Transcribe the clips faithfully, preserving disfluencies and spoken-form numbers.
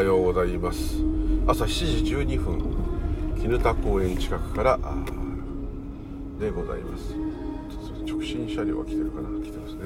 ようございます。朝しちじじゅうにふん、絹田公園近くからでございます。直進車両が来てるかな、来てますね。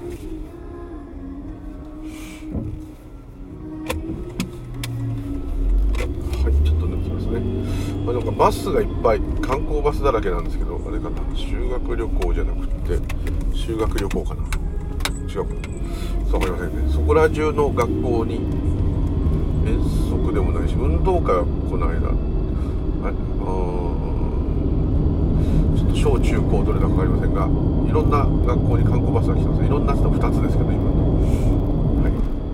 はい、ちょっと抜きますね。まあ、なんかバスがいっぱい、観光バスだらけなんですけど、あれかな、修学旅行じゃなくて修学旅行かな、違うかな、わかりませんね。そこら中の学校に遠足でもないし、運動会はこの間、はい、ちょっと小中高どれだか分かりませんが、いろんな学校に観光バスが来てます。いろんなのふたつですけど、今の、はい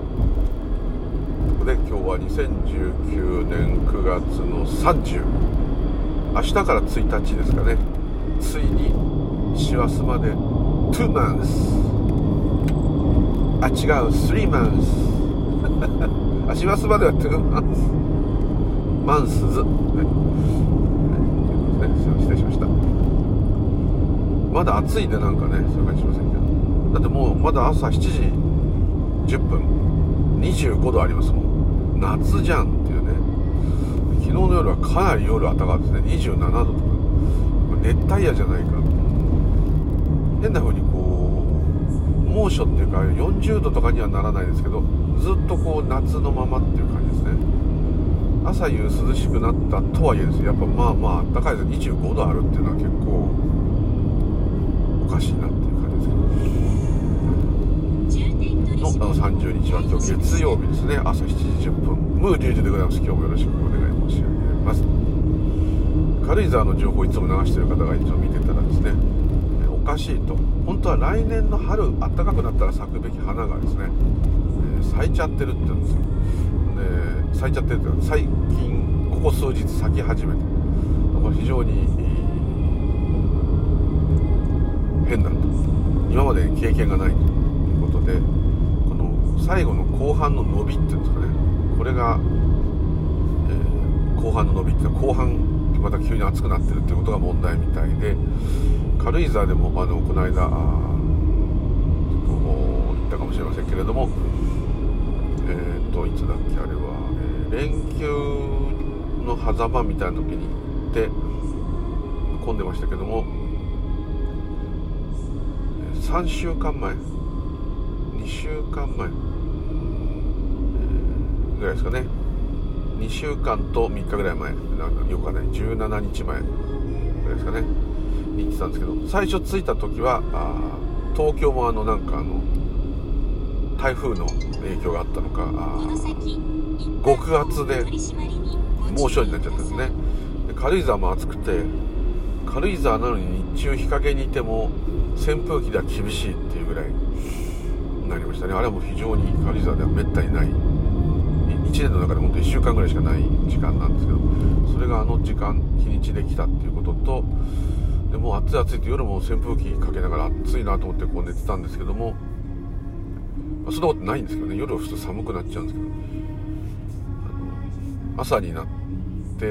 、で今日はにせんじゅうきゅうねんくがつのさんじゅう、明日からついたちですかね。ついに師走までにマンス、あ、違う、スリーマンスあ、師走まではにマンスマンスズ、はい、はい、失礼しました。まだ暑いんで、なんかね、そういう感じしませんけど、だってもうまだ朝しちじじゅっぷん、にじゅうごどありますもん。夏じゃんっていうね。昨日の夜はかなり夜暖かいですね。にじゅうななどとか、熱帯夜じゃないか、変な風にこう猛暑っていうかよんじゅうどとかにはならないですけど、ずっとこう夏のままっていう感じですね。朝夕涼しくなったとはいえですね、やっぱまあまあ暖かいです。にじゅうごどあるっていうのは結構おかしいなっていう感じですけどのさんじゅうにちは今日月曜日ですね。朝しちじじゅっぷん、ムーデュージュでございます。今日もよろしくお願い申し上げます。軽井沢の情報をいつも流している方がいつも見てたらですね、おかしいと、本当は来年の春暖かくなったら咲くべき花がですね、えー、咲いちゃってるって言うんですよ。で、咲いちゃってるっていうのは最近ここ数日咲き始めて、これ非常に変だと、今まで経験がないということで、この最後の後半の伸びっていうんですかね、これが、えー、後半の伸びっていうのは後半また急に暑くなってるっていうことが問題みたいで、軽井沢でもあのこの間行ったかもしれませんけれども、えっといつだっけあれは、えー、連休の狭間みたいな時に行って混んでましたけども、さんしゅうかんまえにしゅうかんまえ、えー、ぐらいですかね。にしゅうかんとみっかぐらい前、なんかよくわかんない、じゅうしちにちまえぐらいですかねに行ってたんですけど、最初着いた時はあ東京もあのなんかあの台風の影響があったのか、あ極厚で猛暑になっちゃってですね。で軽井沢も暑くて、軽井沢なのに日中日陰にいても扇風機では厳しいっていうぐらいになりましたね。あれはもう非常に軽井沢ではめったにない、いちねんの中で本当いっしゅうかんぐらいしかない時間なんですけど、それがあの時間日にちで来たっていうことと、でもう暑い暑いって夜も扇風機かけながら暑いなと思ってこう寝てたんですけども、そんなことないんですけどね。夜は普通寒くなっちゃうんですけど、朝になって、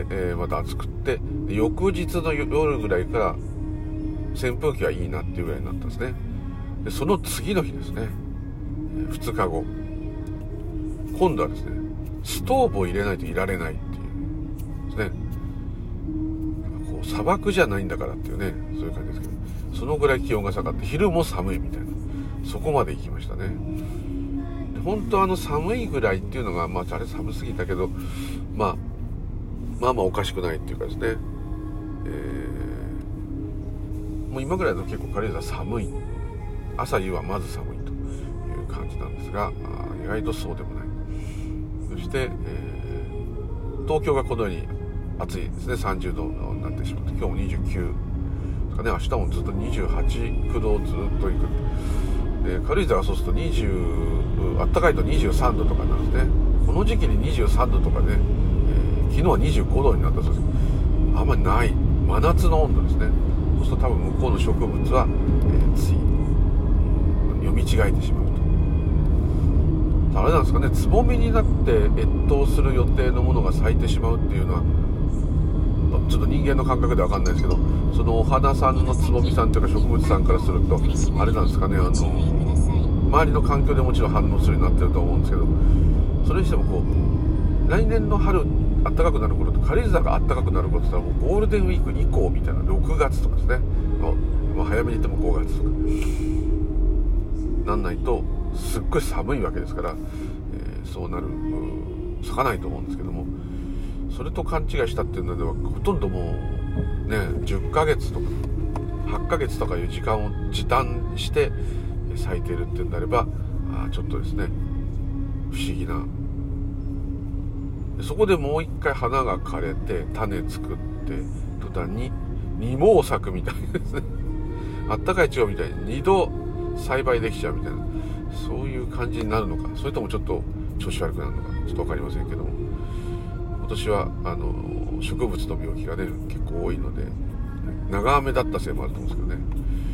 えー、また暑くって、翌日の夜ぐらいから扇風機はいいなっていうぐらいになったんですね。でその次の日ですね、ふつかご、今度はですね、ストーブを入れないといられないっていうですね。こう砂漠じゃないんだからっていうね、そういう感じですけど、そのぐらい気温が下がって昼も寒いみたいな、そこまで行きましたね。で本当はあの寒いぐらいっていうのが、まああれ寒すぎたけど、まあまあまあおかしくないっていうかですね、えー、もう今ぐらいの結構軽井沢寒い、朝夕はまず寒いという感じなんですが、意外とそうでもない。そして、えー、東京がこのように暑いですね。さんじゅうどになってしまって、今日もにじゅうきゅうですかね。明日もずっとにじゅうはち、きゅうどをずっと行く。で軽井沢はそうするとにじゅう、あったかいとにじゅうさんどとかなんですね。この時期ににじゅうさんどとかね、えー、昨日はにじゅうごどになったそうです。あんまりない真夏の温度ですね。そうすると多分向こうの植物は、えー、つい読み違えてしまうと。あれなんですかね、つぼみになって越冬する予定のものが咲いてしまうっていうのは、ちょっと人間の感覚では分かんないですけど、そのお花さんのつぼみさんというか植物さんからするとあれなんですかね、あの周りの環境でもちろん反応するようになってると思うんですけど、それにしてもこう来年の春暖かくなる頃と軽井沢が暖かくなる頃って言ったらもうゴールデンウィーク以降みたいなろくがつとかですね、まあ、早めに言ってもごがつとかなんないとすっごい寒いわけですから、えー、そうなる咲かないと思うんですけども、それと勘違いしたっていうのではほとんどもうねじゅっかげつとかはっかげつとかいう時間を時短して咲いているっていうんであれば、あちょっとですね不思議な、そこでもう一回花が枯れて種作って途端に二毛作みたいですねあったかい地方みたいに二度栽培できちゃうみたいな、そういう感じになるのか、それともちょっと調子悪くなるのかちょっと分かりませんけども、今年はあの植物の病気がね結構多いので長雨だったせいもあると思うんですけどね、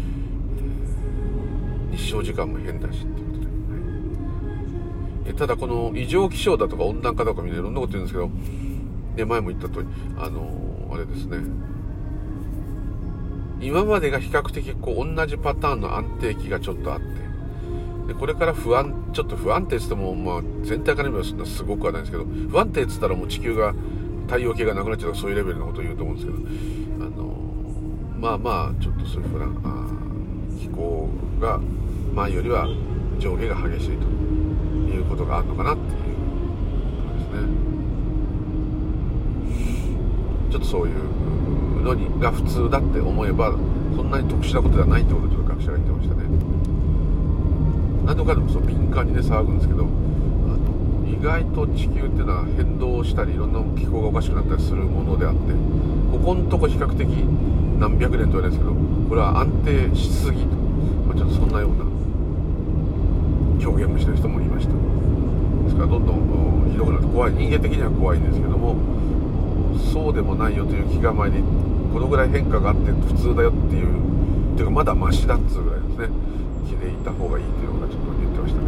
日照時間も変だしっていうことで、はい、えただこの異常気象だとか温暖化とかみんないろんなこと言うんですけど、で前も言った通りあのあれですね、今までが比較的こう同じパターンの安定期がちょっとあって、でこれから不安ちょっと不安定って言っても、まあ、全体から見ればそんなすごくはないんですけど、不安定って言ったらもう地球が太陽系がなくなっちゃうとかそういうレベルのことを言うと思うんですけど、あのまあまあちょっとそういうふうな気候が前よりは上下が激しいということがあるのかなっていうことですね。ちょっとそういうのにが普通だって思えばそんなに特殊なことではないってことをちょっと学者が言ってましたね。何度かでもそう敏感にね騒ぐんですけど、あの意外と地球っていうのは変動したりいろんな気候がおかしくなったりするものであって、ここのとこ比較的何百年と言われるんですけど、これは安定しすぎと、まあ、ちょっとそんなような表現をしてる人もいました。ですからどんどんひどくなって怖い、人間的には怖いんですけども、そうでもないよという気構えにこのぐらい変化があって普通だよっていうっていうかまだマシだっつうぐらいですね気でいた方がいいっていうのがちょっと言ってましたね。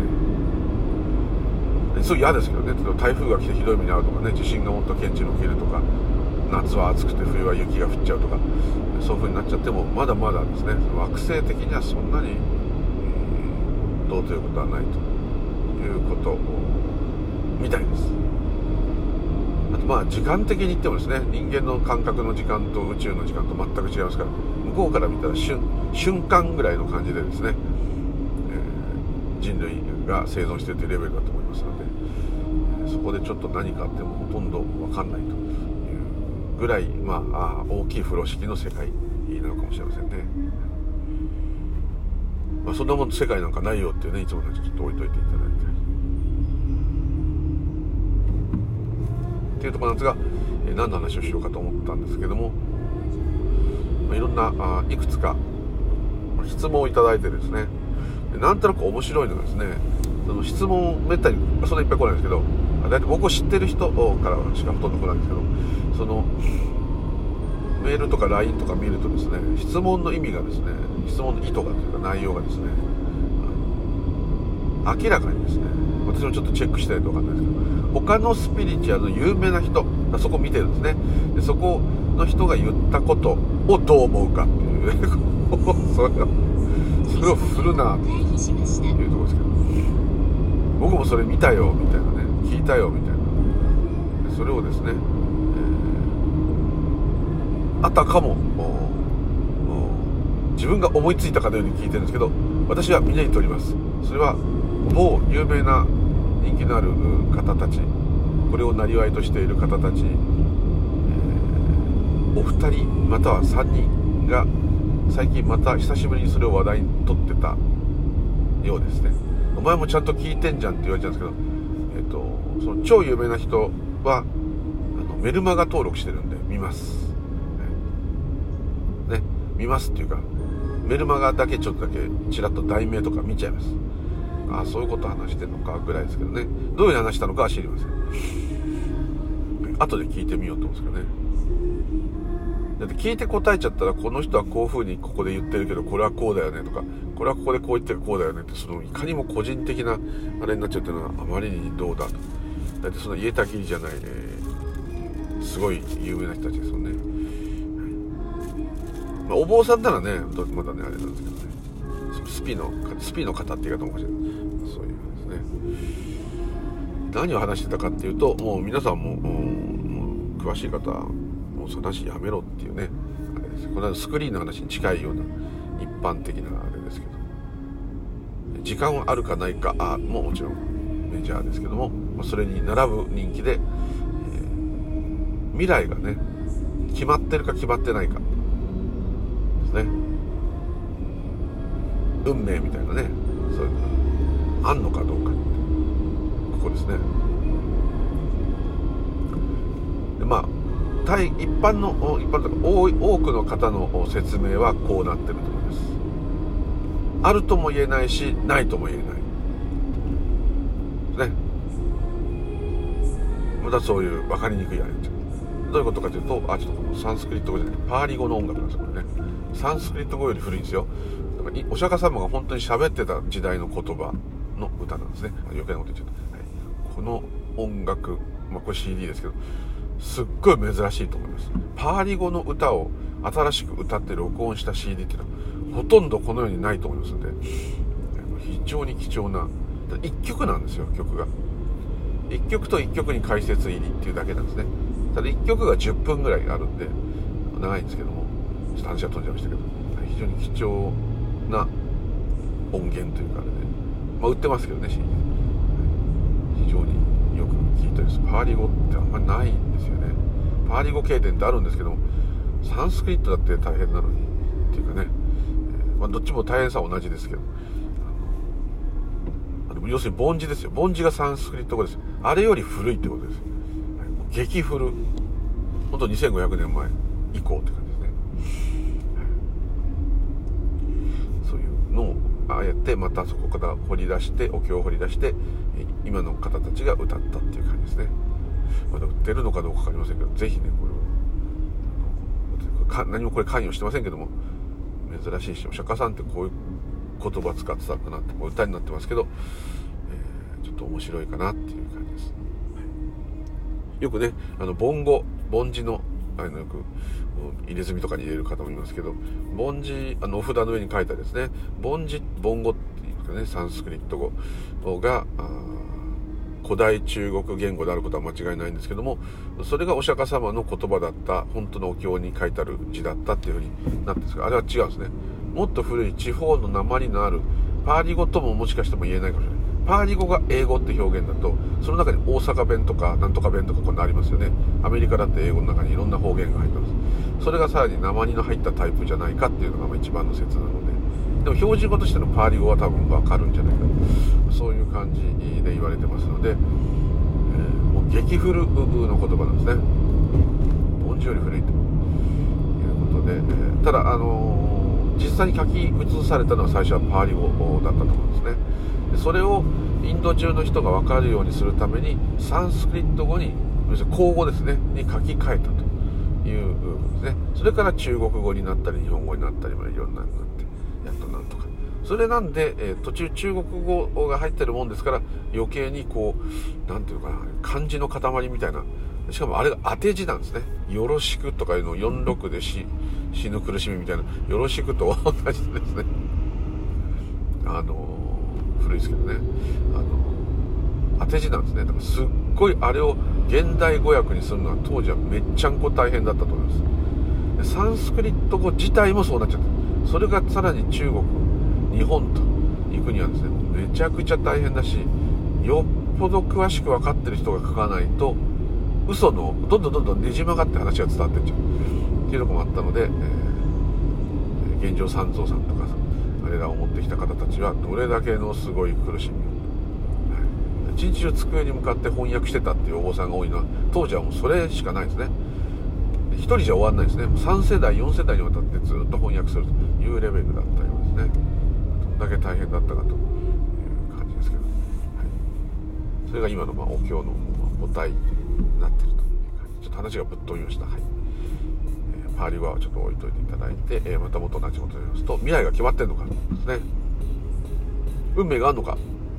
そう嫌ですけどね、台風が来てひどい目に遭うとかね、地震がもっと顕著に起きるとか、夏は暑くて冬は雪が降っちゃうとか、そういう風になっちゃってもまだまだですね、その惑星的にはそんなに、うん、どうということはないということみたいです。あとまあ時間的に言ってもですね、人間の感覚の時間と宇宙の時間と全く違いますから、向こうから見たら 瞬, 瞬間ぐらいの感じでですね、えー、人類が生存しているというレベルだと思いますので、そこでちょっと何かあってもほとんど分かんないというぐらい、まあ、あ大きい風呂敷の世界なのかもしれませんね。まあ、そんなもん世界なんかないよっていうね、いつものちょっと置いといていただいてっていうところなんですが、えー、何の話をしようかと思ったんですけども、まあ、いろんなあいくつか質問をいただいてですね、なんとなく面白いのがですね、その質問めったにそんないっぱい来ないんですけど、だいたい僕を知ってる人からしかほとんど来ないんですけど、そのメールとか ライン とか見るとですね、質問の意味がですね、質問の意図がというか内容がですね、明らかにですね、私もちょっとチェックしないと分かんないですけど、他のスピリチュアルの有名な人がそこ見てるんですね。でそこの人が言ったことをどう思うかっていうそれをそれを振るなっていうところですけど、僕もそれ見たよみたいなね、聞いたよみたいな、それをですね、えー、あたかも自分が思いついたかのように聞いてるんですけど、私は見抜いております。それは某有名な人気のある方たち、これを生業としている方たち、えー、お二人または三人が最近また久しぶりにそれを話題に取ってたようですね。お前もちゃんと聞いてんじゃんって言われちゃうんですけど、えーと、その超有名な人はあのメルマガ登録してるんで見ます、ね、見ますっていうかメルマガだけちょっとだけちらっと題名とか見ちゃいます。ああそういうこと話してるのかぐらいですけどね、どういう話したのかは知りません。後で聞いてみようと思うんですけどね。だって聞いて答えちゃったら、この人はこういう風にここで言ってるけどこれはこうだよねとか、これはここでこう言ってるこうだよねって、そのいかにも個人的なあれになっちゃうっていうのはあまりにどうだと。だってその言えたきりじゃない、えー、すごい有名な人たちですよね、はい。まあ、お坊さんならねまだねあれなんですけどね、スピのスピの方って言い方もかもしれない、そういうですね。 何を話してたかっていうと、もう皆さんも、もう詳しい方はもうその話やめろっていうね、あれです。これはスクリーンの話に近いような一般的なあれですけど、時間はあるかないかももちろんメジャーですけども、それに並ぶ人気で、えー、未来がね決まってるか決まってないかですね。運命みたいなね、そういうのがあんのかどうか、ここですね。でまあ対一般の一般とか多い多くの方の説明はこうなってると思います。あるとも言えないし、ないとも言えないね。またそういう分かりにくいあれってどういうことかというと、あ、ちょっとこのサンスクリット語じゃない、パーリ語の音楽なんですよこれね。サンスクリット語より古いんですよ。だからお釈迦様が本当に喋ってた時代の言葉の歌なんですね。余計なこと言っちゃった、はい、この音楽、まあ、これ シーディー ですけど、すっごい珍しいと思います。パーリ語の歌を新しく歌って録音した シーディー っていうのはほとんどこの世にないと思いますので、非常に貴重ないっきょくなんですよ。曲がいっきょくといっきょくに解説入りっていうだけなんですね。ただいっきょくがじゅっぷんぐらいあるんで長いんですけども、ちょっと話は飛んじゃいましたけど、非常に貴重な音源というかあれで、まあ、売ってますけどね シーディー、 非常によく聞いたりする。パーリ語ってあんまりないんですよね。パーリ語経典ってあるんですけども、サンスクリットだって大変なのにっていうかね、えーまあ、どっちも大変さは同じですけど、あのあの要するに梵字ですよ。梵字がサンスクリット語です。あれより古いってことです。激古、ほんとにせんごひゃくねんまえ以降って感じですね、はい、そういうのをああやってまたそこから掘り出して、お経を掘り出して今の方たちが歌ったっていう感じですね。まだ売ってるのかどうか分かりませんけど、ぜひねこれを何もこれ関与してませんけども、珍しいし、お釈迦さんってこういう言葉使ってたのかなって、歌になってますけど、えー、ちょっと面白いかなっていう感じです。よくね、あの梵語、梵字のあのよく入れ墨とかに入れる方もいますけど、梵字、あのお札の上に書いたですね、梵字、梵語っていうんですかね、サンスクリット語が古代中国言語であることは間違いないんですけども、それがお釈迦様の言葉だった、本当のお経に書いてある字だったっていうふうになってるんですが、あれは違うんですね。もっと古い地方の訛りのあるパーリ語とももしかしても言えないかもしれない。パーリ語が英語って表現だと、その中に大阪弁とかなんとか弁とかこんなありますよね。アメリカだって英語の中にいろんな方言が入ってます。それがさらに訛りの入ったタイプじゃないかっていうのが一番の説なので、でも標準語としてのパーリ語は多分わかるんじゃないかと、そういう感じで言われてますので、えー、もう激古の言葉なんですね。梵字より古いということで、えー、ただあのー、実際に書き写されたのは最初はパーリ語だったと思うんですね。それをインド中の人が分かるようにするためにサンスクリット語に、口語ですねに書き換えたという部分ですね。それから中国語になったり日本語になったり、いろんなになってやっとなんとか。それなんで、えー、途中中国語が入ってるもんですから、余計にこうなんていうのかな、漢字の塊みたいな、しかもあれが当て字なんですね。よろしくとかいうのをよんじゅうろくでし死ぬ苦しみみたいな、よろしくと同じですね。あの古いですけどね、あの当て字なんですね。だからすっごいあれを現代語訳にするのは当時はめっちゃんこ大変だったと思います。でサンスクリット語自体もそうなっちゃった。それがさらに中国、日本という国はですね、めちゃくちゃ大変だし、よっぽど詳しく分かってる人が書かないと嘘のどんどんどんどんねじ曲がって話が伝わってっちゃうっていうのもあったので、えー、現状三蔵さんとかあれらを持ってきた方たちはどれだけのすごい苦しみを、はい、一日中机に向かって翻訳してたっていうお坊さんが多いのは、当時はもうそれしかないですね。一人じゃ終わんないですね。さん世代よん世代にわたってずっと翻訳するというレベルだったようですね。どんだけ大変だったかという感じですけど、はい、それが今のまあお経の母体になっているという感じ。ちょっと話がぶっ飛びました。はい、えー、パーリ語はちょっと置いといていただいて、えー、また元の話元に戻りますと、未来が決まってんのかですね。運命があるのか、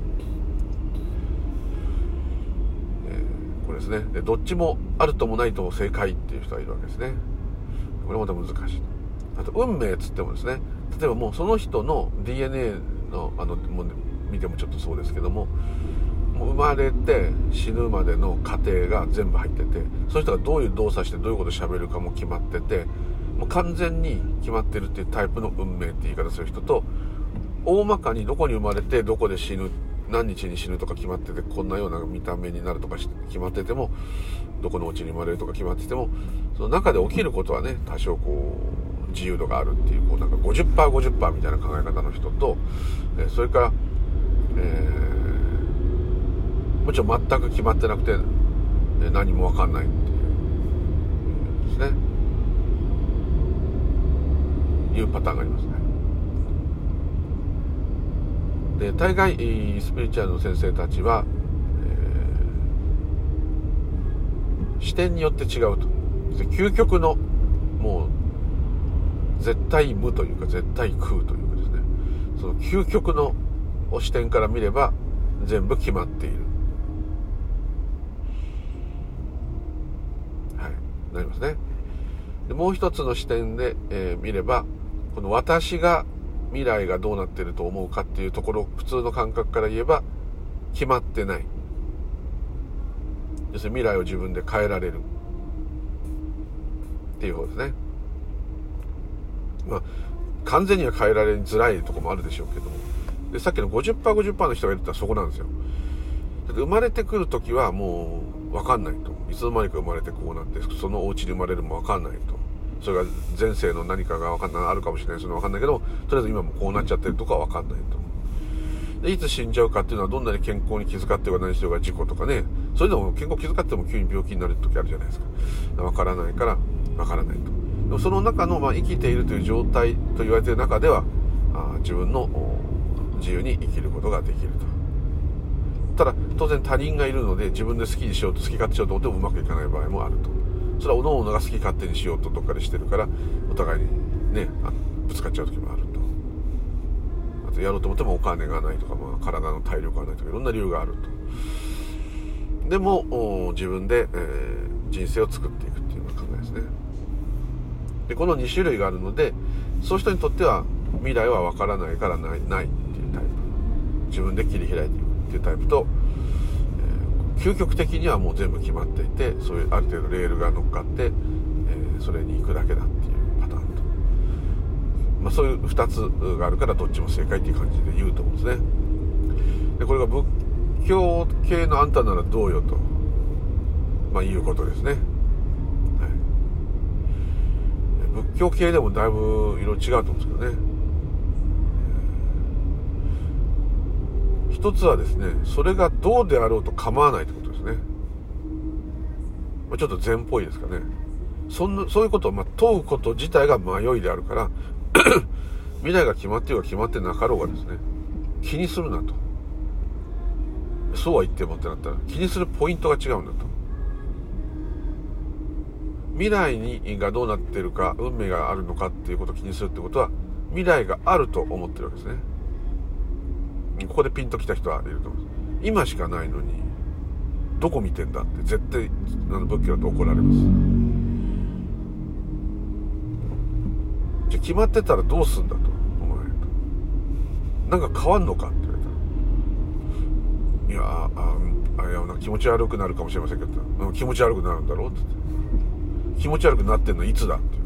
ですね。でどっちもあるともないとも正解っていう人がいるわけですね。これまた難しい。あと運命っつってもですね、例えばもうその人の ディーエヌエー のあのもう見てもちょっとそうですけども、 もう生まれて死ぬまでの過程が全部入ってて、その人がどういう動作してどういうことを喋るかも決まってて、もう完全に決まってるっていうタイプの運命って言い方する人と、大まかにどこに生まれてどこで死ぬ、何日に死ぬとか決まってて、こんなような見た目になるとか決まってても、どこのお家に生まれるとか決まってても、その中で起きることはね、多少こう自由度があるっていう、こうなんか ごじゅっパーセントごじゅっパーセント みたいな考え方の人と、えそれから、えー、もちろん全く決まってなくて、え何も分かんないっていうですね、いうパターンがありますね。で、大概スピリチュアルの先生たちは、えー、視点によって違うと。究極のもう絶対無というか絶対空というかですね、その究極の視点から見れば全部決まっている、はい、なりますね。で、もう一つの視点で、えー、見れば、この私が未来がどうなっていると思うかっていうところ、普通の感覚から言えば決まってない。要するに未来を自分で変えられるっていう方ですね。まあ完全には変えられづらいところもあるでしょうけども、でさっきの ごじゅっパーセントごじゅっパーセント の人がいるってのはそこなんですよ。だって生まれてくるときはもう分かんないと、いつの間にか生まれてこうなって、そのお家に生まれるも分かんないと、それが前世の何かが分かんない、あるかもしれない、それは分かんないけど、とりあえず今もこうなっちゃってるとかは分かんないと。で、いつ死んじゃうかっていうのは、どんなに健康に気遣っては何しようが事故とかね、それでも健康気遣っても急に病気になる時あるじゃないですか。分からないから分からないと。でもその中の、まあ、生きているという状態と言われている中では、あ自分の自由に生きることができると。ただ当然他人がいるので、自分で好きにしようと好き勝手しようと思ってもうまくいかない場合もあると。それは各々が好き勝手にしようとどっかでしてるから、お互いにね、あぶつかっちゃう時もあると。あとやろうと思ってもお金がないとか、まあ、体の体力がないとか、いろんな理由があると。でも自分で、えー、人生を作っていくっていうような考えですね。で、このに種類があるので、そういう人にとっては未来は分からないからない、ないっていうタイプ、自分で切り開いていくっていうタイプと、えー、究極的にはもう全部決まっていて、そういうある程度レールが乗っかって、えー、それに行くだけだっていうパターンと、まあ、そういうふたつがあるからどっちも正解っていう感じで言うと思うんですね。で、これが仏教系のあんたならどうよと、まあいうことですね。仏教系でもだいぶ色違うと思うんですけどね。一つはですね、それがどうであろうと構わないってことですね。まあ、ちょっと禅っぽいですかね。そんなそういうことを、まあ、問うこと自体が迷いであるから未来が決まっていようが決まってなかろうがですね、気にするなと。そうは言ってもってなったら気にするポイントが違うんだと。未来にがどうなってるか、運命があるのかっていうことを気にするってことは、未来があると思ってるわけですね。ここでピンときた人はいると思います。今しかないのにどこ見てんだって絶対あの仏教だと怒られます。じゃあ決まってたらどうすんだと思わないと。なんか変わんのかって言われたら、いやああいやな気持ち悪くなるかもしれませんけど、気持ち悪くなるんだろうって言って、気持ち悪くなってんのいつだっていう、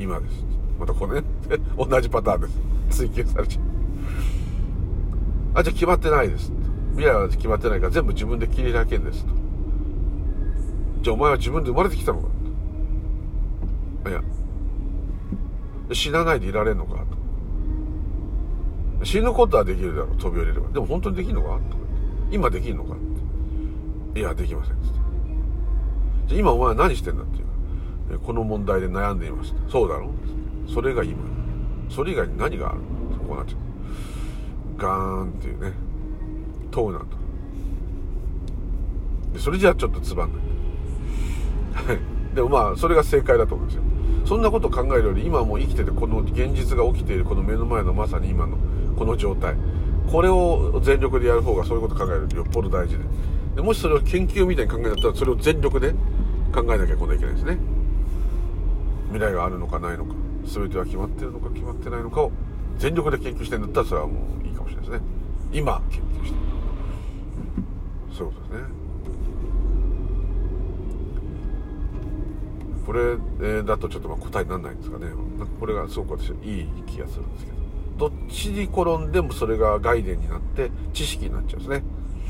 今です。またこれね同じパターンです。追求されちゃう。あ、じゃあ決まってないです。未来は決まってないから全部自分で切り開けんですと。じゃあお前は自分で生まれてきたのかと。いや、死なないでいられるのかと。死ぬことはできるだろう、飛び降りれば。でも本当にできるのかと。今できるのかって。いや、できませんって。じゃあ今お前は何してんだっていう。この問題で悩んでいます。そうだろう。それが今。それ以外に何があるの。こうなっちゃう。ガーンっていうね、問うなと。でそれじゃあちょっとつまんない。はい。でもまあそれが正解だと思うんですよ。そんなことを考えるより、今はもう生きててこの現実が起きているこの目の前のまさに今のこの状態、これを全力でやる方がそういうことを考えるよりよっぽど大事で、でもしそれを研究みたいに考えたらそれを全力で考えなきゃいけないですね。未来があるのかないのか、全ては決まってるのか決まってないのかを全力で研究してるんだったらそれはもういいかもしれないですね。今研究してる。 そういうことですね。これ、えー、だとちょっとまあ答えにならないんですかね。なんかこれがすごく私はいい気がするんですけど、どっちに転んでもそれが概念になって知識になっちゃうんですね。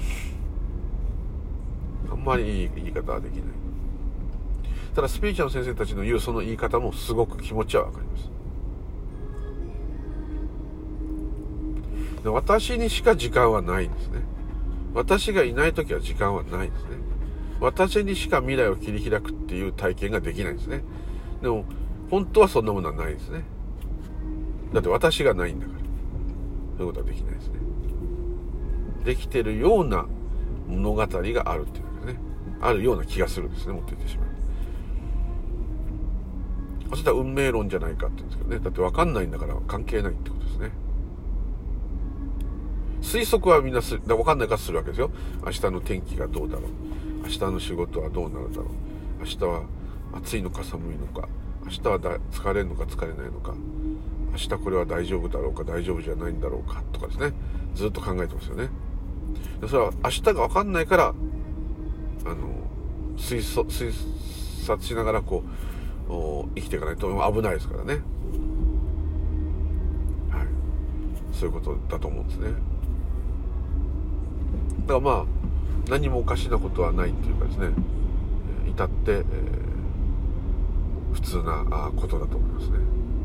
あんまりいい言い方はできない。ただスピリチュアルの先生たちの言うその言い方もすごく気持ちはわかります。で、私にしか時間はないんですね。私がいないときは時間はないんですね。私にしか未来を切り開くっていう体験ができないんですね。でも本当はそんなものはないですね。だって私がないんだから、そういうことはできないですね。できてるような物語があるっていうかね、あるような気がするんですね。持っていってしまう。そしたら運命論じゃないかって言うんですけどね。だって分かんないんだから関係ないってことですね。推測はみんなす分かんないからするわけですよ。明日の天気がどうだろう、明日の仕事はどうなるだろう、明日は暑いのか寒いのか、明日はだ疲れるのか疲れないのか、明日これは大丈夫だろうか大丈夫じゃないんだろうかとかですね、ずっと考えてますよね。でそれは明日が分かんないから、あの推測推察しながらこう生きていかないと危ないですからね。はい、そういうことだと思うんですね。だからまあ何もおかしなことはないっていうかですね、至って、えー、普通なことだと思いますね。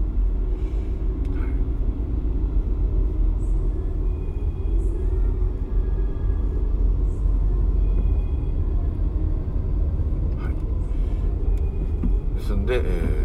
はいはい、ですんで、え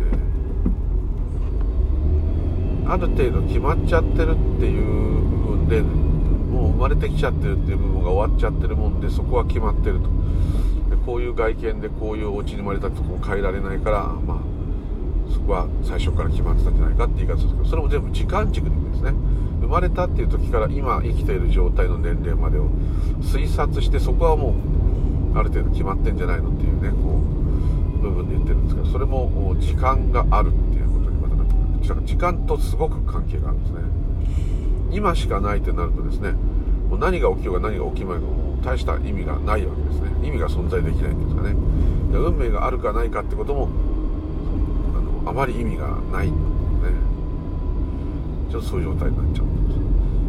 ー、ある程度決まっちゃってるっていう部分でもう生まれてきちゃってるっていう部分が終わっちゃってるもんで、そこは決まってると。でこういう外見でこういうお家に生まれたってとこも変えられないから、まあそこは最初から決まってたんじゃないかって言い方するんですけど、それも全部時間軸でいいんですね。生まれたっていう時から今生きている状態の年齢までを推察して、そこはもうある程度決まってんじゃないのっていうね、こう部分で言ってるんですけど、それも時間があるっていうことにまたなってくる。だから時間とすごく関係があるんですね。今しかないってなるとですね、もう何が起きようが何が起きまいがもう大した意味がないわけですね。意味が存在できないんですかね。運命があるかないかってこともあのあまり意味がないね。ちょっとそういう状態になっちゃうんです。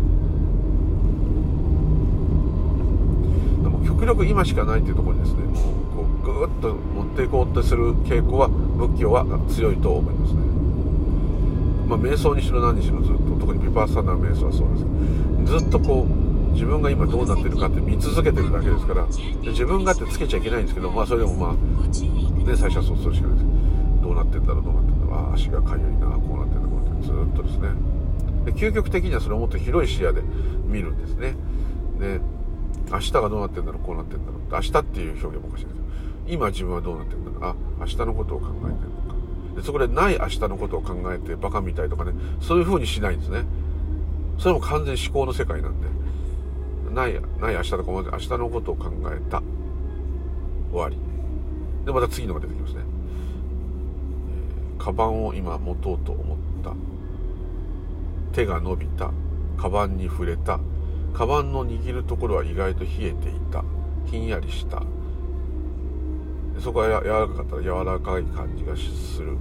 でも極力今しかないっていうところにですね、もうこうぐーっと持っていこうとする傾向は仏教は強いと思いますね。まあ瞑想にしろ何にしろずっと、特にヴィパッサナー瞑想はそうです。ずっとこう自分が今どうなってるかって見続けてるだけですから、で自分がってつけちゃいけないんですけど、まあそれでもまあね、最初はそうするしかないです。どうなってんだろうどうなってんだろう、ああ足がかゆいな、こうなってんだこうなってんだ、ずっとですね。で究極的にはそれをもっと広い視野で見るんですね。で明日がどうなってんだろうこうなってんだろう、明日っていう表現もおかしいですけど、今自分はどうなってんだろう、あ明日のことを考えてるのか、でそこでない明日のことを考えてバカみたいとかね、そういう風にしないんですね。それも完全に思考の世界なんで、ないない明日とかまで明日のことを考えた、終わりで、また次のが出てきますね。えー、カバンを今持とうと思った、手が伸びた、カバンに触れた、カバンの握るところは意外と冷えていた、ひんやりした、そこが柔らかかったら柔らかい感じがする、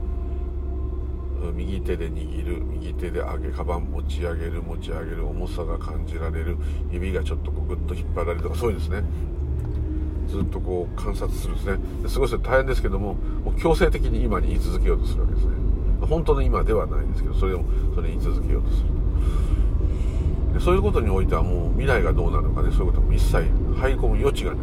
右手で握る、右手で上げ、カバン持ち上げる持ち上げる、重さが感じられる、指がちょっとこうグッと引っ張られるとか、そういうですね、ずっとこう観察するんですね。すごい大変ですけども、もう強制的に今に言い続けようとするわけですね。本当の今ではないんですけど、それをそれに言い続けようとすると。でそういうことにおいてはもう未来がどうなるのかね、そういうことも一切入り込む余地がない。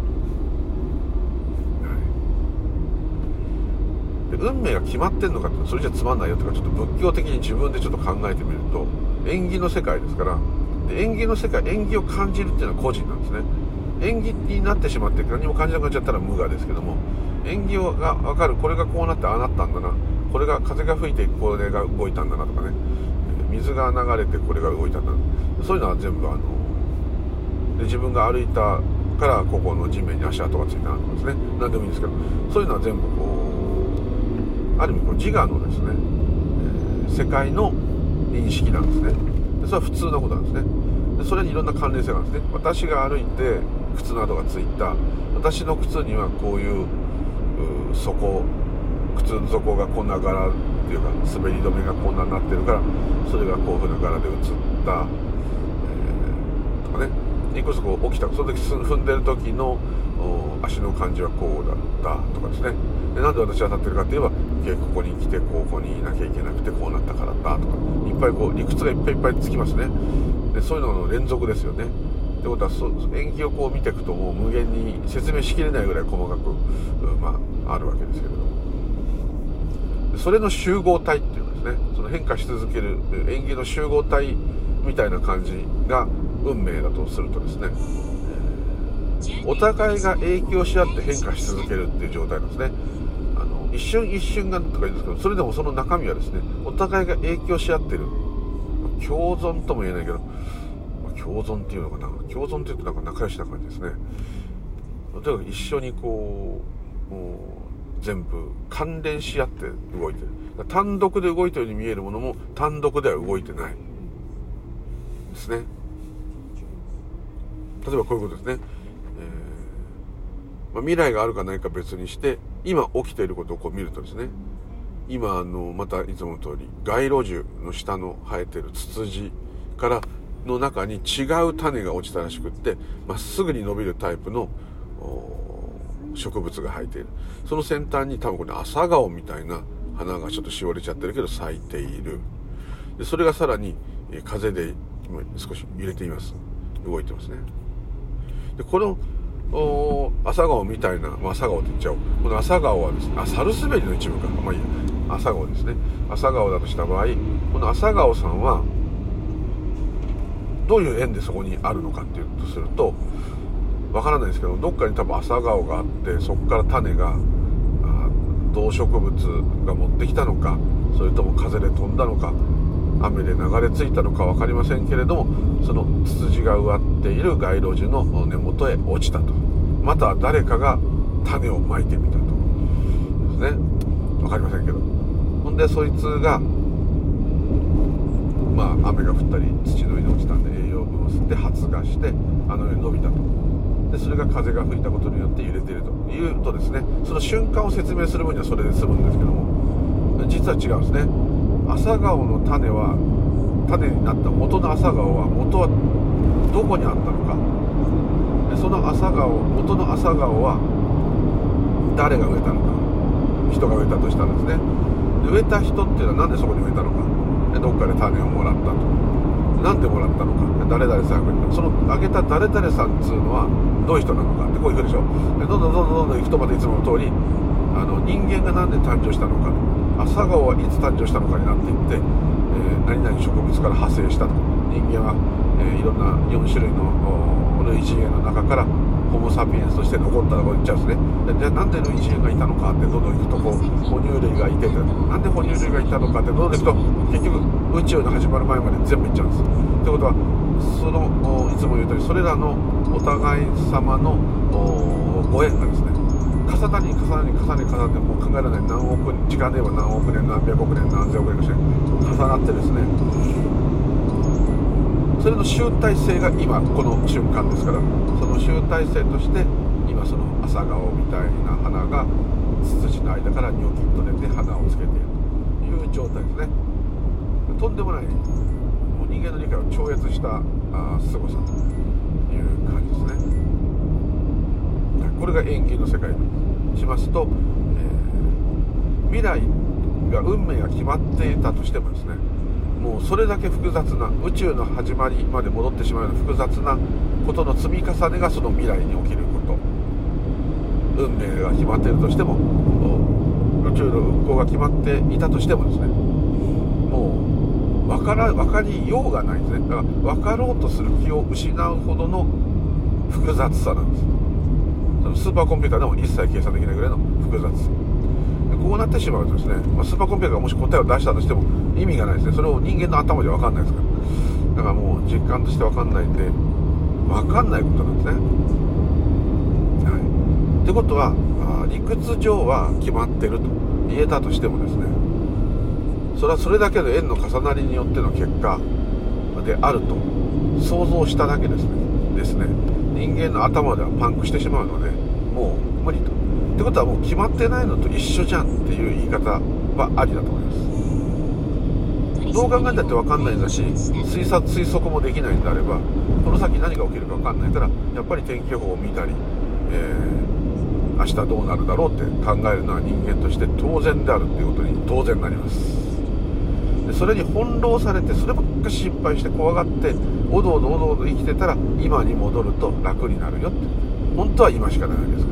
運命が決まってんのかって、それじゃつまんないよとか、ちょっと仏教的に自分でちょっと考えてみると、縁起の世界ですから、で縁起の世界、縁起を感じるっていうのは個人なんですね。縁起になってしまって何も感じなくなっちゃったら無我ですけども、縁起が分かる、これがこうなってああなったんだな、これが風が吹いてこれが動いたんだなとかね、水が流れてこれが動いたんだな、そういうのは全部あので自分が歩いたからここの地面に足跡がついたなとかですね、何でもいいんですけど、そういうのは全部こうある意味こう自我のですね、えー、世界の認識なんですね。でそれは普通のことなんですね。でそれにいろんな関連性があるんですね。私が歩いて靴などがついた、私の靴にはこういう、う底靴底がこんな柄っていうか滑り止めがこんなになってるから、それがこういうふうな柄で写った、えー、とかね、いくつこう起きたその時踏んでる時の足の感じはこうだったとかですね。でなんで私は立ってるかって言えば、ここに来てここにいなきゃいけなくてこうなったからだとか、いっぱいこう理屈がいっぱいいっぱいつきますね。でそういうのの連続ですよね。ってことはそ演技をこう見ていくともう無限に説明しきれないぐらい細かく、まあ、あるわけですけれども、それの集合体っていうかですね、その変化し続ける演技の集合体みたいな感じが運命だとするとですね、お互いが影響し合って変化し続けるっていう状態なんですね。あの一瞬一瞬がとか言うんですけど、それでもその中身はですね、お互いが影響し合ってる、共存とも言えないけど、共存っていうのかな、共存って言うとなんか仲良しな感じですね。とにかく一緒にこうもう全部関連し合って動いてる。単独で動いてるように見えるものも単独では動いてないですね。例えばこういうことですね。えーまあ、未来があるかないか別にして、今起きていることをこう見るとですね、今あのまたいつもの通り街路樹の下の生えてるツツジからの中に違う種が落ちたらしくって、まっすぐに伸びるタイプの植物が生えている。その先端に多分これ朝顔みたいな花がちょっとしおれちゃってるけど咲いている。でそれがさらに風で少し揺れています。動いてますね。でこの朝顔みたいな、まあ、朝顔って言っちゃおう。この朝顔はですね、あ、サルスベリの一部か、まあいいや、朝顔ですね。朝顔だとした場合、この朝顔さんはどういう縁でそこにあるのかっていうとすると、わからないですけど、どっかに多分朝顔があって、そこから種が動植物が持ってきたのか、それとも風で飛んだのか、雨で流れ着いたのか分かりませんけれども、そのツツジが植わっている街路樹の根元へ落ちたと、また誰かが種をまいてみたとですね。分かりませんけど、ほんでそいつがまあ雨が降ったり土の上に落ちたんで栄養分を吸って発芽してあのように伸びたと。でそれが風が吹いたことによって揺れているというとですね、その瞬間を説明する分にはそれで済むんですけども、実は違うんですね。朝顔の種は種になった元の朝顔は元はどこにあったのか。でその朝顔元の朝顔は誰が植えたのか。人が植えたとしたらですね、で植えた人っていうのはなんでそこに植えたのか。でどっかで種をもらったと。なんでもらったのか。誰々さんがそのあげた誰々さんっつうのはどういう人なのかってこういうふうでしょ。でどんどんどんどんどん行くとまでいつもの通り、あの人間がなんで誕生したのか、朝顔はいつ誕生したのかになっていって、えー、何々植物から派生したと。人間は、えー、いろんなよん種類の類人猿の中からホモ・サピエンスとして残ったところに行っちゃうんですね。でじゃあなんで類人猿がいたのかってどんどん行くとこう哺乳類がいてて、なんで哺乳類がいたのかってどんどん行くと結局宇宙の始まる前まで全部行っちゃうんです。ということはそのいつも言う通りそれらのお互い様のご縁がですね、重なり重なり重なり重なってもう考えられない何億時間で言えば何億年何百億年何千億年かして重なってですね、それの集大成が今この瞬間ですから、その集大成として今その朝顔みたいな花がツツジの間からニョキッと出て花をつけているという状態ですね。とんでもないもう人間の理解を超越したあすごさという感じですね。これが演技の世界にしますと、えー、未来が運命が決まっていたとしてもですね、もうそれだけ複雑な宇宙の始まりまで戻ってしまうような複雑なことの積み重ねがその未来に起きること、運命が決まっているとしても宇宙の運行が決まっていたとしてもですね、もう分から分かりようがないんですね。だから分かろうとする気を失うほどの複雑さなんです。スーパーコンピューターでも一切計算できないぐらいの複雑さ。こうなってしまうとですね、まあ、スーパーコンピューターがもし答えを出したとしても意味がないですね。それを人間の頭では分かんないですから。だからもう実感として分かんないんで分かんないことなんですね。はい。ってことは理屈上は決まってると言えたとしてもですね、それはそれだけの縁の重なりによっての結果であると想像しただけですね。ですね。 人間の頭ではパンクしてしまうので、もう無理と。ってことはもう決まってないのと一緒じゃんっていう言い方はありだと思います。どう考えたって分かんないんだし、推察推測もできないんであれば、この先何が起きるか分かんないから、やっぱり天気予報を見たり、えー、明日どうなるだろうって考えるのは人間として当然であるっていうことに当然なります。でそれに翻弄されて、そればっか心配して怖がっておどおどおどおど生きてたら、今に戻ると楽になるよって。本当は今しかないわけですから、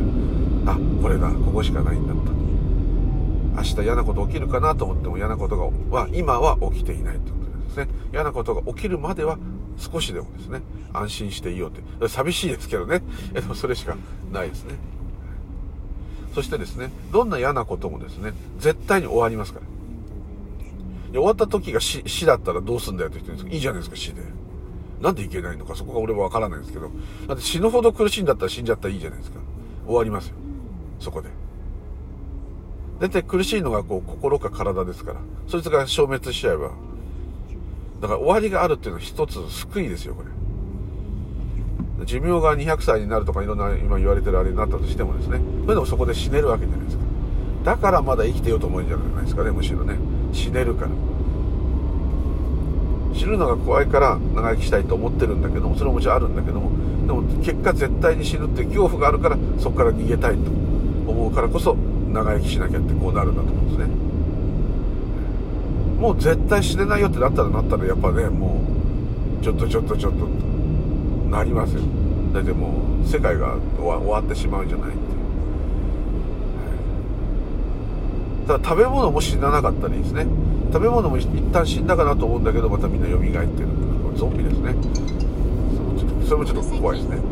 あ、これだ、ここしかないんだった。明日嫌なこと起きるかなと思っても、嫌なことがは今は起きていないということですね。嫌なことが起きるまでは少しでもですね、安心していようって。寂しいですけどね、でもそれしかないですね。そしてですね、どんな嫌なこともですね、絶対に終わりますから。終わった時が 死, 死だったらどうすんだよって言ってるんですけど、いいじゃないですか、死で。なんでいけないのか、そこが俺は分からないんですけど、だって死ぬほど苦しいんだったら死んじゃったらいいじゃないですか。終わりますよ、そこで。大体苦しいのがこう心か体ですから、そいつが消滅しちゃえば、だから終わりがあるっていうのは一つ救いですよ、これ。寿命がにひゃくさいになるとかいろんな今言われてるあれになったとしてもですね、それでもそこで死ねるわけじゃないですか。だからまだ生きてようと思うんじゃないですかね、むしろね。死ねるから。死ぬのが怖いから長生きしたいと思ってるんだけども、それももちろんあるんだけども、でも結果絶対に死ぬって恐怖があるから、そこから逃げたいと思うからこそ長生きしなきゃってこうなるんだと思うんですね。もう絶対死ねないよってなったらなったらやっぱね、もうちょっとちょっとちょっとなりますよ。だってもう世界が終 わ, 終わってしまうんじゃないっていう、はい、ただ食べ物も死ななかったらいいですね。食べ物も一旦死んだかなと思うんだけど、またみんな蘇ってる。ゾンビですね。それもちょっと怖いですね。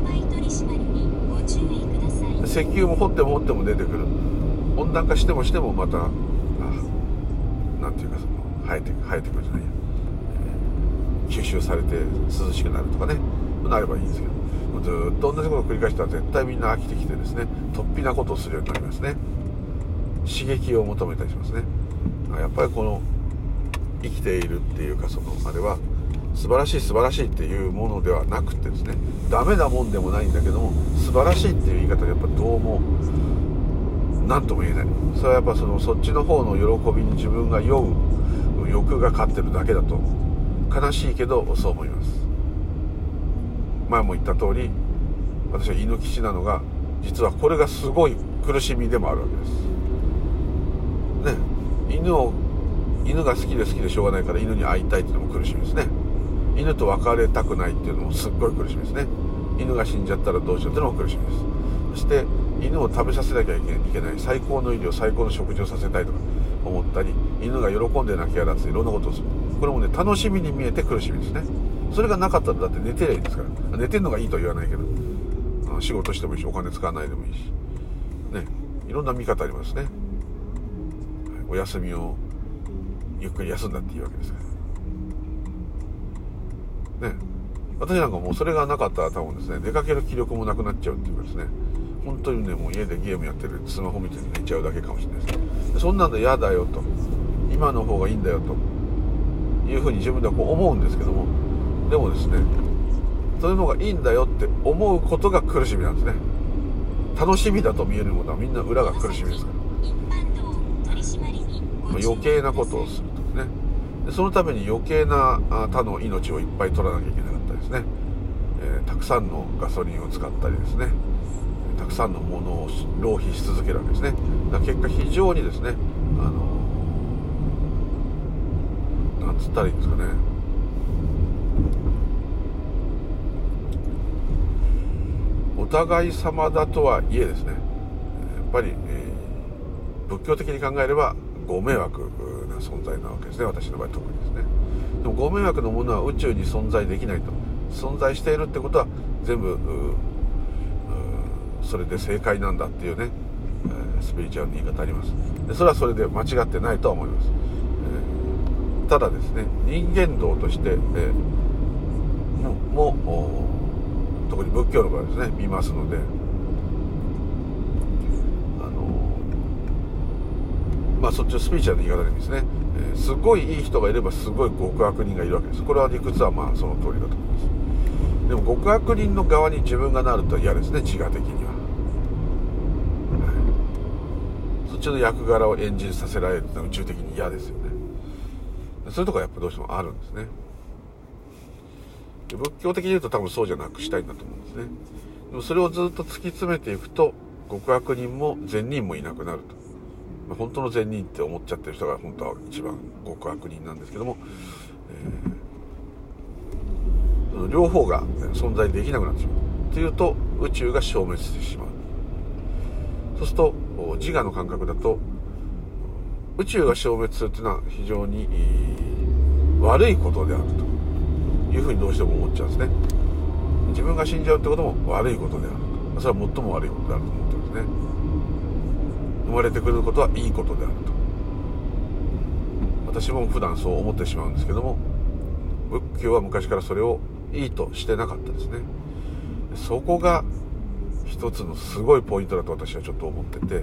石油も掘っても掘っても出てくる。温暖化してもしてもまた、あなんていうか、その生えて生えてくるじゃないや、えー、吸収されて涼しくなるとかね、なればいいんですけど、ずっと同じことを繰り返したら絶対みんな飽きてきてですね、突飛なことをするようになりますね。刺激を求めたりしますね。やっぱりこの生きているっていうか、そのあれは素晴らしい素晴らしいっていうものではなくてですね、ダメなもんでもないんだけども、素晴らしいっていう言い方がやっぱどうも何とも言えない。それはやっぱそのそっちの方の喜びに自分が酔う欲が勝ってるだけだと、悲しいけどそう思います。前も言った通り、私は犬吉なのが、実はこれがすごい苦しみでもあるわけですね。犬を犬が好きで好きでしょうがないから犬に会いたいっていうのも苦しみですね。犬と別れたくないっていうのもすっごい苦しみですね。犬が死んじゃったらどうしようっていうのも苦しみです。そして犬を食べさせなきゃいけない、最高の医療、最高の食事をさせたいとか思ったり、犬が喜んで泣きやっていろんなことをする。これもね、楽しみに見えて苦しみですね。それがなかったらだって寝てりゃいいですから。寝てんのがいいとは言わないけど、仕事してもいいし、お金使わないでもいいしね、いろんな見方ありますね。お休みをゆっくり休んだっていいわけですからね。私なんかもうそれがなかったら多分ですね、出かける気力もなくなっちゃうっていうかですね、本当にね、もう家でゲームやってる、スマホ見て寝ちゃうだけかもしれないですね。そんなんで嫌だよと、今の方がいいんだよというふうに自分ではこう思うんですけども、でもですね、そういうのがいいんだよって思うことが苦しみなんですね。楽しみだと見えるものはみんな裏が苦しみですから、余計なことをするとね。でそのために余計な他の命をいっぱい取らなきゃいけなかったですね、えー、たくさんのガソリンを使ったりですね、たくさんのものを浪費し続けるわけですね。だから結果非常にですね、あのなんつったらいいんですかね、お互い様だとはいえですね、やっぱり、えー、仏教的に考えればご迷惑な存在なわけですね。私の場合特にですね。でもご迷惑のものは宇宙に存在できないと。存在しているってことは全部それで正解なんだっていうね、えー、スピリチュアルの言い方あります。でそれはそれで間違ってないとは思います。えー、ただですね、人間道として、えー、もも特に仏教の場合ですね、見ますので、まあそっちのスピリチュアルの言い方でですね、えー、すごいいい人がいればすごい極悪人がいるわけです。これは理屈はまあその通りだと思います。 でも極悪人の側に自分がなると嫌ですね、自我的には、はい、そっちの役柄を演じさせられるのは宇宙的に嫌ですよね。そういうところはやっぱどうしてもあるんですね。で仏教的に言うと多分そうじゃなくしたいんだと思うんですね。でもそれをずっと突き詰めていくと極悪人も善人もいなくなると、まあ、本当の善人って思っちゃってる人が本当は一番極悪人なんですけども、えー、その両方が存在できなくなってしまうっていうと宇宙が消滅してしまう。そうすると自我の感覚だと宇宙が消滅するっていうのは非常に悪いことであるというふうにどうしても思っちゃうんですね。自分が死んじゃうってことも悪いことであると、それは最も悪いことであると思ってるんですね。生まれてくることはいいことであると、私も普段そう思ってしまうんですけども、仏教は昔からそれをいいとしてなかったですね。そこが一つのすごいポイントだと私はちょっと思ってて、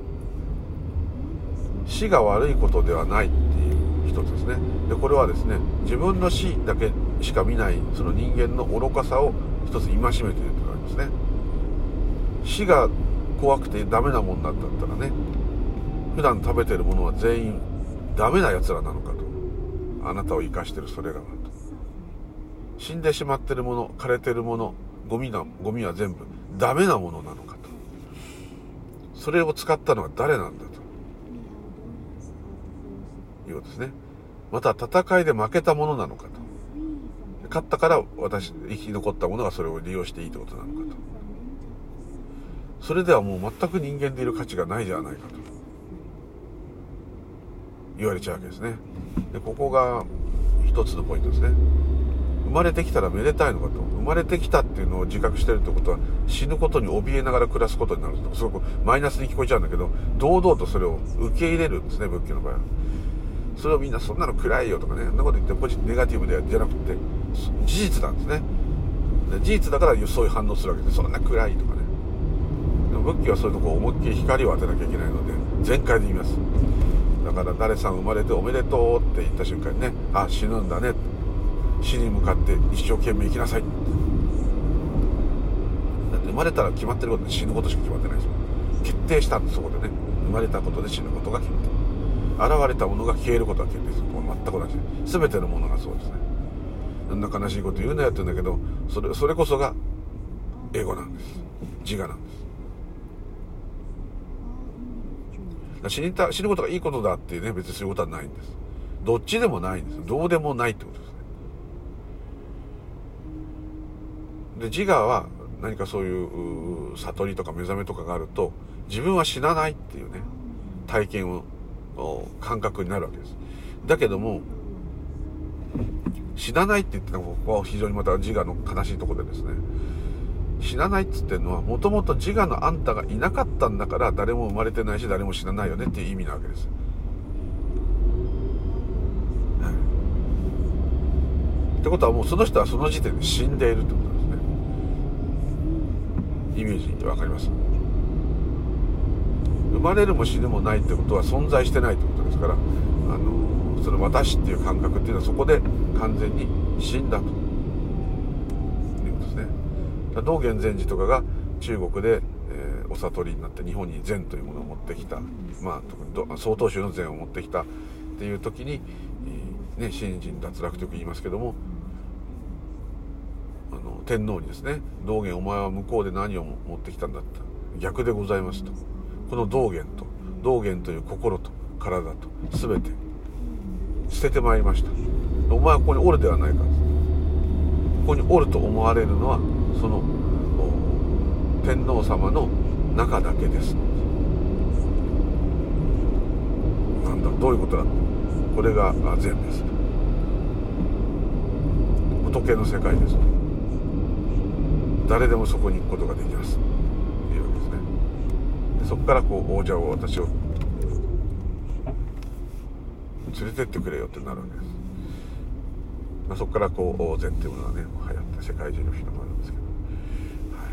死が悪いことではないっていう一つですね。でこれはですね、自分の死だけしか見ないその人間の愚かさを一つ戒めているということなんですね。死が怖くてダメなもんだったらね、普段食べてるものは全員ダメなやつらなのかと、あなたを生かしてるそれらはと、死んでしまってるもの、枯れてるもの、ゴミなゴミは全部ダメなものなのかと、それを使ったのは誰なんだということですね。また戦いで負けたものなのかと、勝ったから私生き残ったものがそれを利用していいってことなのかと、それではもう全く人間でいる価値がないじゃないかと言われちゃうわけですね。でここが一つのポイントですね。生まれてきたらめでたいのかと、生まれてきたっていうのを自覚してるってことは死ぬことに怯えながら暮らすことになると、すごくマイナスに聞こえちゃうんだけど、堂々とそれを受け入れるんですね、仏教の場合は。それをみんなそんなの暗いよとかね、そんなこと言ってポジティブネガティブでじゃなくて事実なんですね。で事実だからそういう反応するわけで、そんな暗いとかね。でも仏教はそういうとこ思いっきり光を当てなきゃいけないので全開で言います。だから誰さん生まれておめでとうって言った瞬間にね、あ死ぬんだね、死に向かって一生懸命生きなさい。だって生まれたら決まってることで死ぬことしか決まってないですよ。決定したんです、そこでね。生まれたことで死ぬことが決まってる。現れたものが消えることが決定する。全く同じ。全てのものがそうですね。あんな悲しいこと言うなよって言うんだけど、それそれこそがエゴなんです。自我なんです。死にた死ぬことがいいことだっていうね、別にそういうことはないんです。どっちでもないんです。どうでもないってことですね。で自我は何かそういう悟りとか目覚めとかがあると、自分は死なないっていうね体験を感覚になるわけです。だけども死なないって言ってたのは非常にまた自我の悲しいところでですね、死なないっつってるのはもともと自我のあんたがいなかったんだから誰も生まれてないし誰も死なないよねっていう意味なわけです、はい、ってことはもうその人はその時点で死んでいるってことですね。イメージわかります？生まれるも死ぬもないってことは存在してないってことですから、あのその私っていう感覚っていうのはそこで完全に死んだということですね。道元禅師とかが中国で、えー、お悟りになって日本に禅というものを持ってきた、まあ特に曹洞宗の禅を持ってきたっていう時に、えー、ね信心脱落とよく言いますけども、あの天皇にですね、道元お前は向こうで何を持ってきたんだって、逆でございますと。この道元と道元という心と体と全て捨ててまいりました。お前はここにおるではないか。ここにおると思われるのはその天皇様の中だけです。なんだどういうことだ。これが禅です。仏の世界です。誰でもそこに行くことができます。そこからこう王者を私を連れてってくれよってなるわけです。まあ、そこからこう禅っていうものがね流行って世界中に広まるんですけど、はい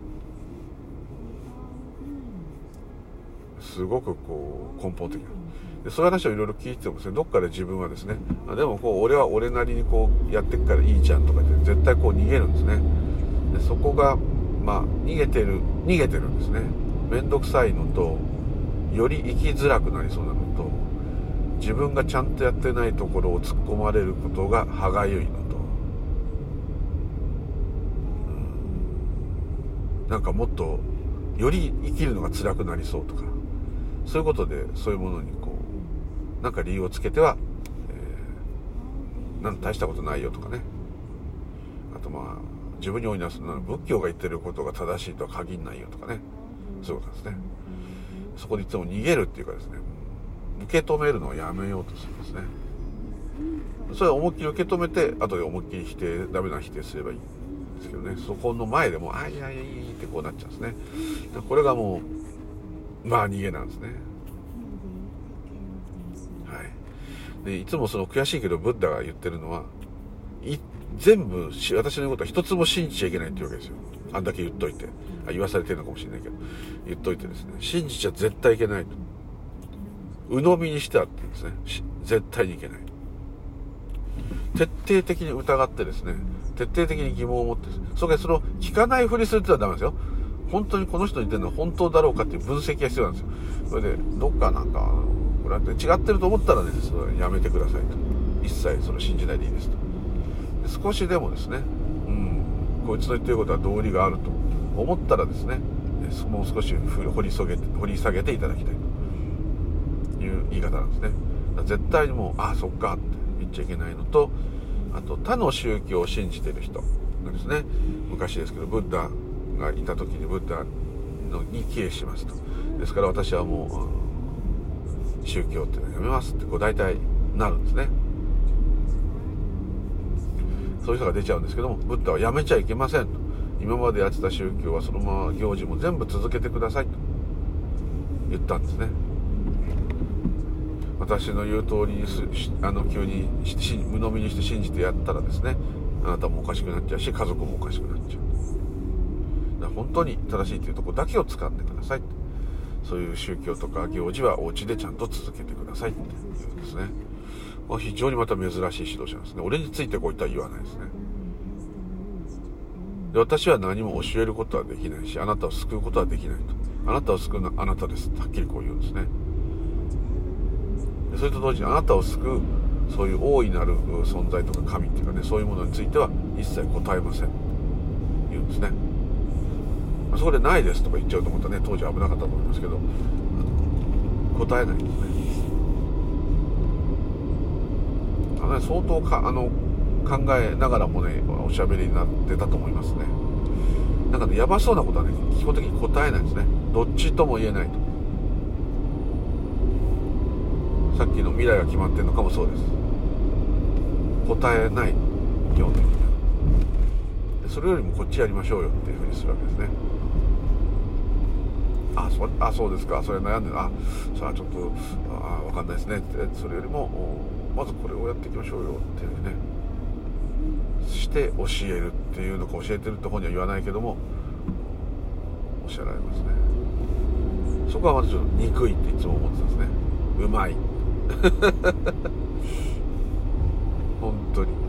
、すごくこう根本的なでそういう話をいろいろ聞いてもですね、どっかで自分はですね、でもこう俺は俺なりにこうやっていくからいいじゃんとかって絶対こう逃げるんですね。でそこがまあ逃げてる逃げてるんですね。面倒くさいのと、より生きづらくなりそうなのと、自分がちゃんとやってないところを突っ込まれることが歯がゆいのと、なんかもっとより生きるのが辛くなりそうとか、そういうことでそういうものにこうなんか理由をつけては、えー、なん大したことないよとかね、あとまあ自分に追いなすのは仏教が言ってることが正しいとは限らないよとかね、そういうことですね。そこでいつも逃げるっていうかですね、受け止めるのをやめようとするんですね。それは思いっきり受け止めて、後で思いっきり否定、ダメな否定すればいいんですけどね、そこの前でもあいやいやいいってこうなっちゃうんですね。これがもうまあ逃げなんですね。はい。でいつもその悔しいけどブッダが言ってるのは、い全部私の言うことは一つも信じちゃいけないっていうわけですよ。あんだけ言っといて、あ言わされてるのかもしれないけど言っといてですね、信じちゃ絶対いけないと、鵜呑みにしてあってですね、絶対にいけない、徹底的に疑ってですね、徹底的に疑問を持って、それからその聞かないふりするってのはダメですよ。本当にこの人に言ってるのは本当だろうかっていう分析が必要なんですよ。それでどっかなんかこれは違ってると思ったらね、それやめてくださいと、一切それ信じないでいいですと。少しでもですね、うん、こいつの言ってることは道理があると思ったらですね、もう少し掘り下げて掘り下げていただきたいという言い方なんですね。絶対にもうああそっかって言っちゃいけないのと、あと他の宗教を信じている人がですね、昔ですけどブッダがいた時にブッダのに帰依しますと、ですから私はもう宗教っていうのはやめますってこう大体なるんですね。そういう人が出ちゃうんですけども、ブッダはやめちゃいけませんと、今までやってた宗教はそのまま行事も全部続けてくださいと言ったんですね。私の言う通りにすあの急に無のみにして信じてやったらですね、あなたもおかしくなっちゃうし家族もおかしくなっちゃう。だから本当に正しいというところだけを掴んでください、そういう宗教とか行事はお家でちゃんと続けてくださいっていうんですね。まあ、非常にまた珍しい指導者なんですね。俺についてこういったら言わないですね。で私は何も教えることはできないし、あなたを救うことはできないと、あなたを救うのはあなたですとはっきりこう言うんですね。それと同時にあなたを救うそういう大いなる存在とか神っていうかね、そういうものについては一切答えません言うんですね。そこでないですとか言っちゃうと思ったらね、当時危なかったと思いますけど、答えないんですね。あのね相当かあの考えながらもねおしゃべりになってたと思いますね。なんかねやばそうなことはね基本的に答えないんですね。どっちとも言えないと。さっきの未来が決まってるのかもそうです。答えない基本的には。それよりもこっちやりましょうよっていうふうにするわけですね。あそあそうですか、それ悩んでる、あさあちょっとあ分かんないですねって、それよりもまずこれをやっていきましょうよっていうふうにねして教えるっていうのか、教えてるところには言わないけどもおっしゃられますね。そこはまずちょっと憎いっていつも思ってたんですね。うまい本当に。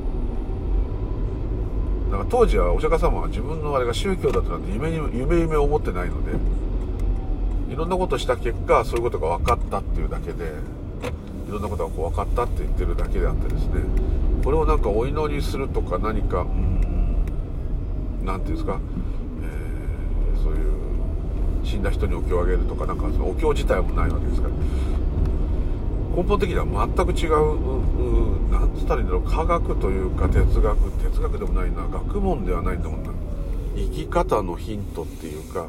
だから当時はお釈迦様は自分のあれが宗教だとなんて夢に夢夢思ってないので、いろんなことした結果そういうことが分かったっていうだけで、いろんなことがこう分かったって言ってるだけであってですね、これをなんかお祈りするとか何かうんなんていうんですか、えー、そういう死んだ人にお経をあげるとか、なんかそのお経自体もないわけですから、根本的には全く違う、なんつったらいいんだろう、科学というか哲学哲学でもないな、学問ではないんだもんな、生き方のヒントっていうか、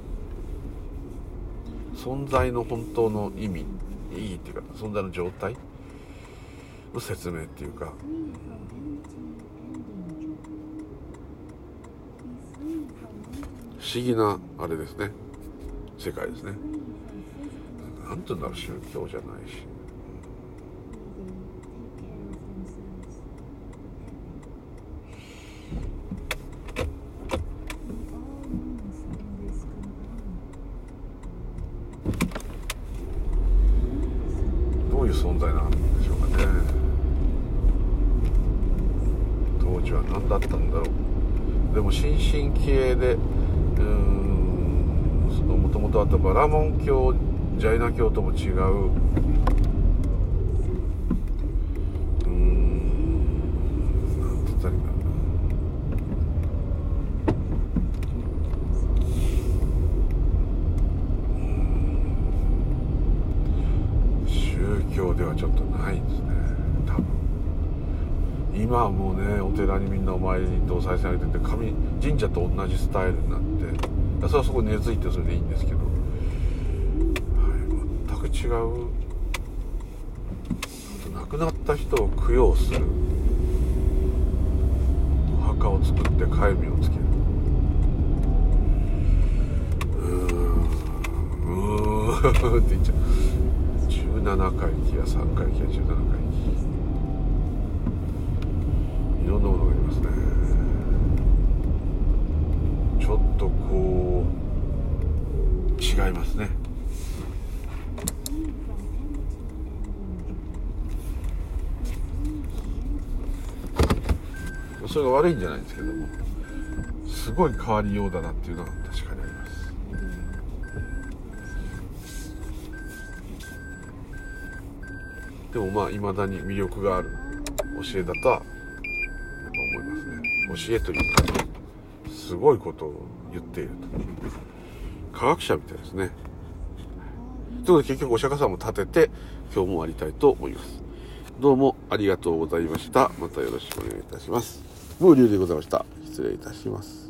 存在の本当の意味、意義っていうか存在の状態の説明っていうか、不思議なあれですね、世界ですね。なんていうんだろう、宗教じゃないし、どうんでしょうかね。当時は何だったんだろう。でも新進気鋭で、うーん、そのもともとあったバラモン教、ジャイナ教とも違う、うーん、なんつったらいいんだろうな。宗教ではちょっとないんですね、多分。今はもうね、お寺にみんなお参りとお賽銭あげてて、神神社と同じスタイルになって、それはそこに根付いてそれでいいんですけど、はい、全く違う。亡くなった人を供養する、お墓を作って戒名をつける。うーんうーんって言っちゃう。じゅうななかいきやさんかいきやじゅうななかいき、いろんなものがありますね。ちょっとこう違いますね。それが悪いんじゃないんですけども、すごい変わりようだなっていうのは確かにあります。でもまあ未だに魅力がある教えだとはやっぱ思いますね。教えというかすごいことを言っていると、科学者みたいですね。ということで結局お釈迦さんも立てて今日も終わりたいと思います。どうもありがとうございました。またよろしくお願いいたします。ブーリュウでございました。失礼いたします。